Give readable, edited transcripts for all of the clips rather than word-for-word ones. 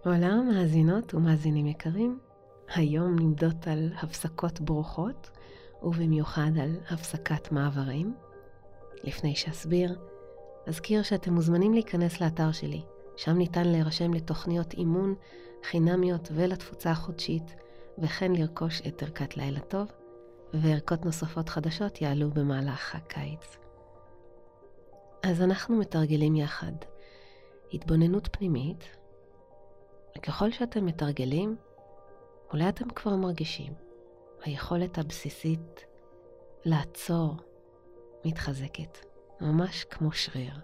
עולם מאזינות ומאזינים יקרים, היום נמדות על הפסקות ברוכות ובמיוחד על הפסקת מעברים. לפני שאסביר, אזכיר שאתם מוזמנים להיכנס לאתר שלי, שם ניתן להירשם לתוכניות אימון חינמיות ולתפוצה החודשית, וכן לרכוש את ערכת לילה טוב, וערכות נוספות חדשות יעלו במהלך הקיץ. אז אנחנו מתרגלים יחד התבוננות פנימית, וככל שאתם מתרגלים, אולי אתם כבר מרגישים, היכולת הבסיסית לעצור מתחזקת, ממש כמו שריר.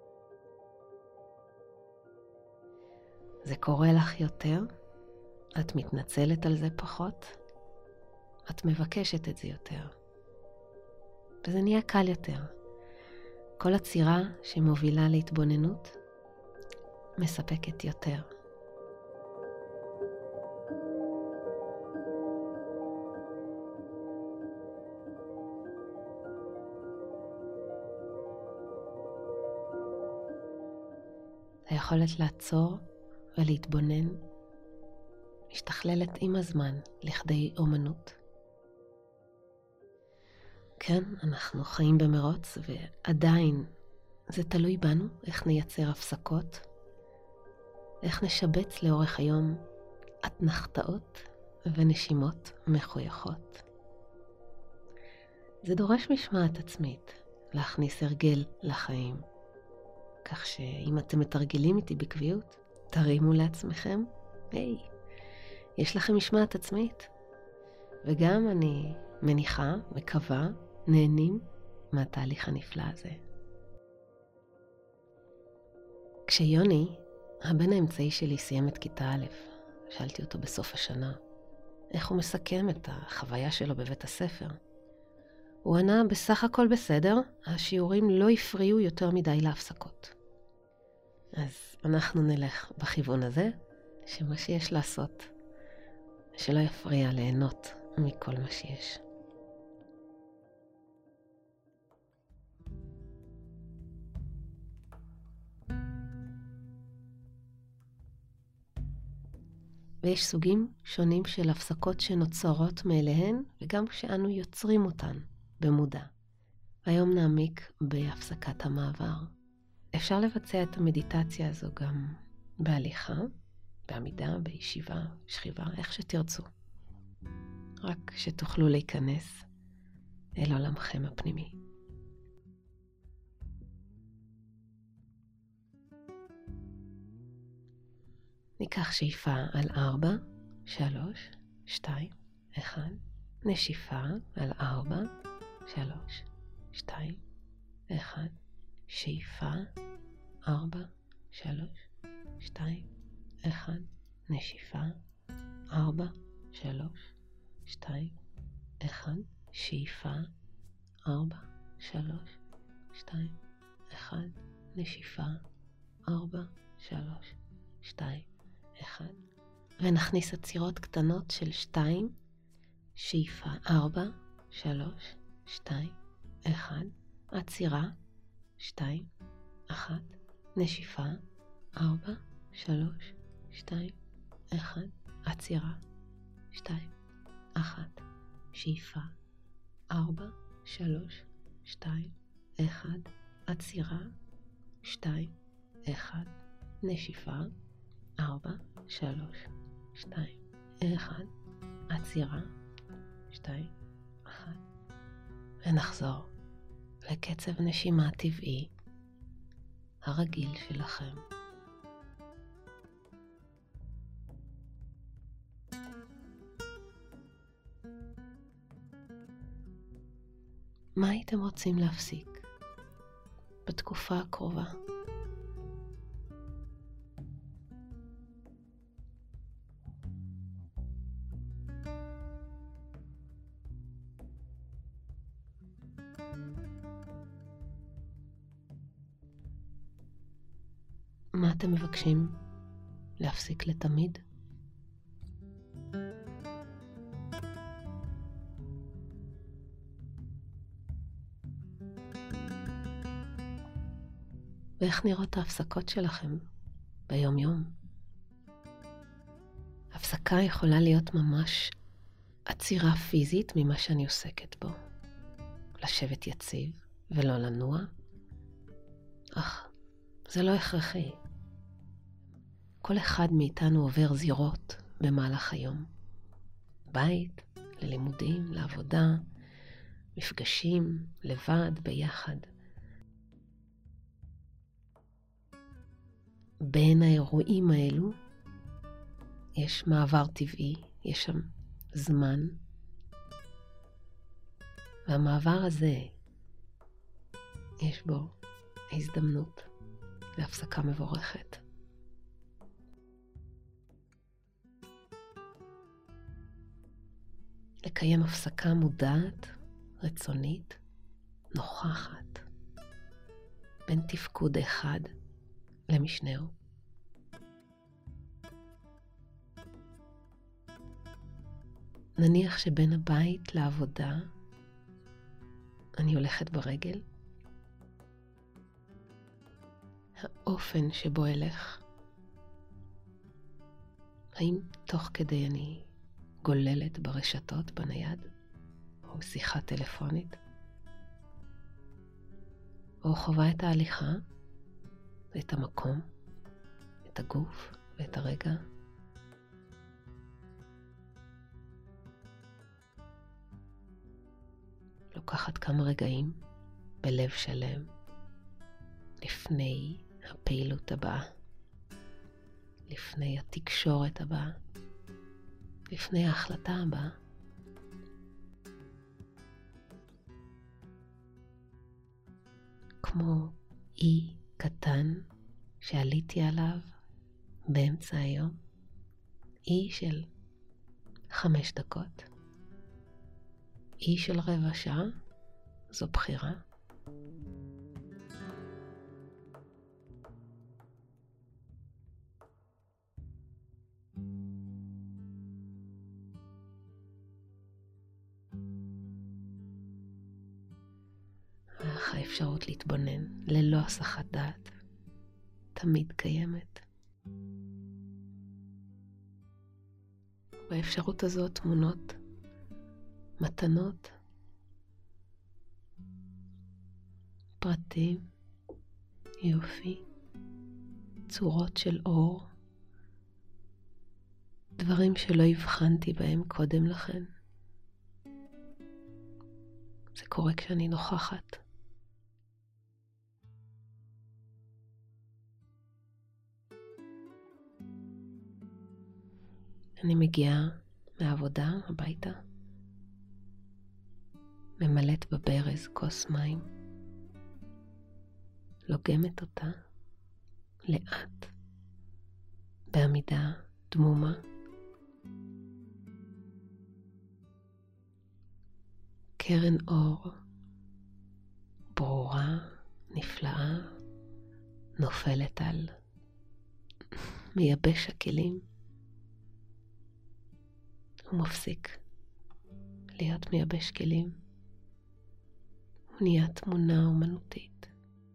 זה קורה לך יותר, את מתנצלת על זה פחות, את מבקשת את זה יותר, וזה נהיה קל יותר. כל הצירה שמובילה להתבוננות מספקת יותר. היכולת לעצור ולהתבונן משתכללת עם הזמן לכדי אומנות. כן, אנחנו חיים במרוץ ועדיין זה תלוי בנו איך נייצר הפסקות, איך נשבץ לאורך היום אתנחתאות ונשימות מחויכות. זה דורש משמעת עצמית להכניס הרגל לחיים. כך שאם אתם מתרגלים איתי בקביעות, תרימו לעצמכם, היי, יש לכם משמעת עצמית. וגם אני מניחה, מקווה, נהנים מהתהליך הנפלא הזה. כשיוני, הבן האמצעי שלי, סיים את כיתה א', שאלתי אותו בסוף השנה, איך הוא מסכם את החוויה שלו בבית הספר. הוא ענה, בסך הכל בסדר, השיעורים לא הפריעו יותר מדי להפסקות. אז אנחנו נלך בכיוון הזה, שמה שיש לעשות, שלא יפריע ליהנות מכל מה שיש. ויש סוגים שונים של הפסקות שנוצרות מאליהן, וגם שאנו יוצרים אותן במודע. היום נעמיק בהפסקת המעבר. אפשר לבצע את המדיטציה הזו גם בהליכה, בעמידה, בישיבה, שכיבה, איך שתרצו. רק שתוכלו להיכנס אל עולמכם הפנימי. ניקח שאיפה על 4, 3, 2, 1. נשיפה על 4, 3, 2, 1. שאיפה 4, 3, 2, 1. נשיפה 4, 3, 2, 1. שאיפה 4, 3, 2, 1. נשיפה 4, 3, 2, 1. ונכניס עצירות קטנות של 2, שאיפה 4, 3, 2, 1. עצירה 2, 1. נשיפה 4, 3, 2, 1. עצירה 2, 1. שאיפה 4, 3, 2, 1. עצירה 2, 1. נשיפה 4, 3, 2, 1. עצירה 2, 1. ונחזור לקצב נשימה טבעי הרגיל שלכם. מה הייתם רוצים להפסיק בתקופה הקרובה? מה אתם מבקשים להפסיק לתמיד? ואיך נראות ההפסקות שלכם ביום יום? הפסקה יכולה להיות ממש עצירה פיזית ממה שאני עוסקת בו. לשבת יציב ולא לנוע. אך זה לא הכרחי. כל אחד מאיתנו עובר זירות במהלך היום. בית, ללימודים, לעבודה, מפגשים, לבד, ביחד. בין האירועים האלו יש מעבר טבעי, יש שם זמן. והמעבר הזה, יש בו הזדמנות להפסקה מבורכת. לקיים הפסקה מודעת, רצונית, נוכחת, בין תפקוד אחד למשנהו. נניח שבין הבית לעבודה אני הולכת ברגל. האופן שבו אלך, האם תוך כדי אני גוללת ברשתות בנייד או שיחה טלפונית, או חווה את ההליכה ואת המקום, את הגוף ואת הרגע. לוקחת כמה רגעים בלב שלם לפני הפעילות הבאה, לפני התקשורת הבאה, לפני ההחלטה הבאה. כמו אי קטן שעליתי עליו באמצע היום, אי של 5 דקות, אי של רבע שעה, זו בחירה. אך האפשרות להתבונן ללא הסחת דעת תמיד קיימת. באפשרות הזאת תמונות, מתנות, פרטים, יופי, צורות של אור, דברים שלא הבחנתי בהם קודם לכן. זה קורה כשאני נוכחת. אני מגיעה מהעבודה הביתה, ממלאת בברז כוס מים, לוגמת אותה לאט, בעמידה דמומה. קרן אור ברורה, נפלאה, נופלת על מייבש הכלים. הוא מפסיק להיות מייבש כלים. הוא נהיה תמונה אומנותית.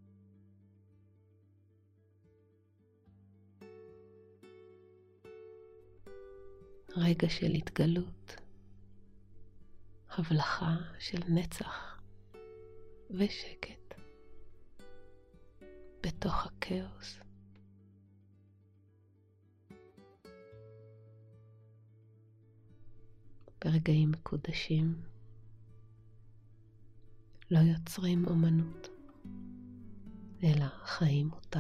רגע של התגלות, הבלחה של נצח ושקט בתוך הכאוס. ברגעים מקודשים לא יוצרים אומנות, אלא חיים אותה.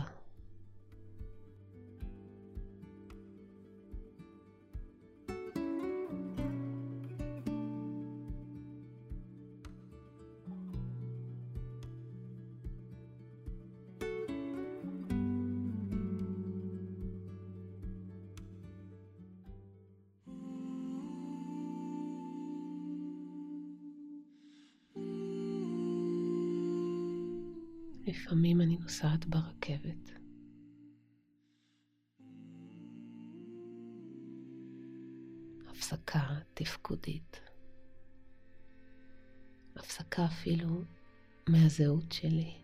לפעמים אני נוסעת ברכבת. הפסקה תפקודית. הפסקה אפילו מהזהות שלי.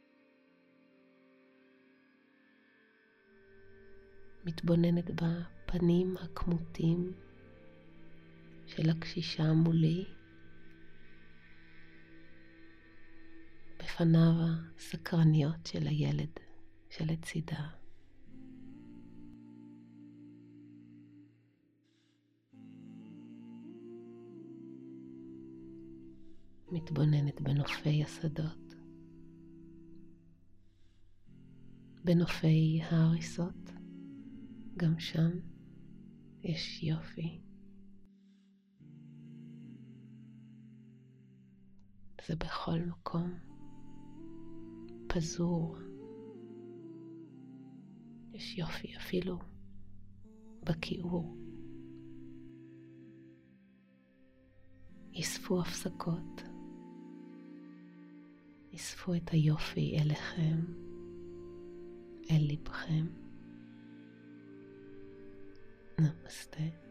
מתבוננת בה הפנים הכמותים של הקשישה מולי, בפניו הסקרניות של הילד שלצידה. מתבוננת בנופי השדות, בנופי ההריסות, גם שם יש יופי. זה בכל מקום, פזור. יש יופי אפילו בכיעור. יספו הפסקות, יספו את היופי אליכם, אל לבכם. נמסטה.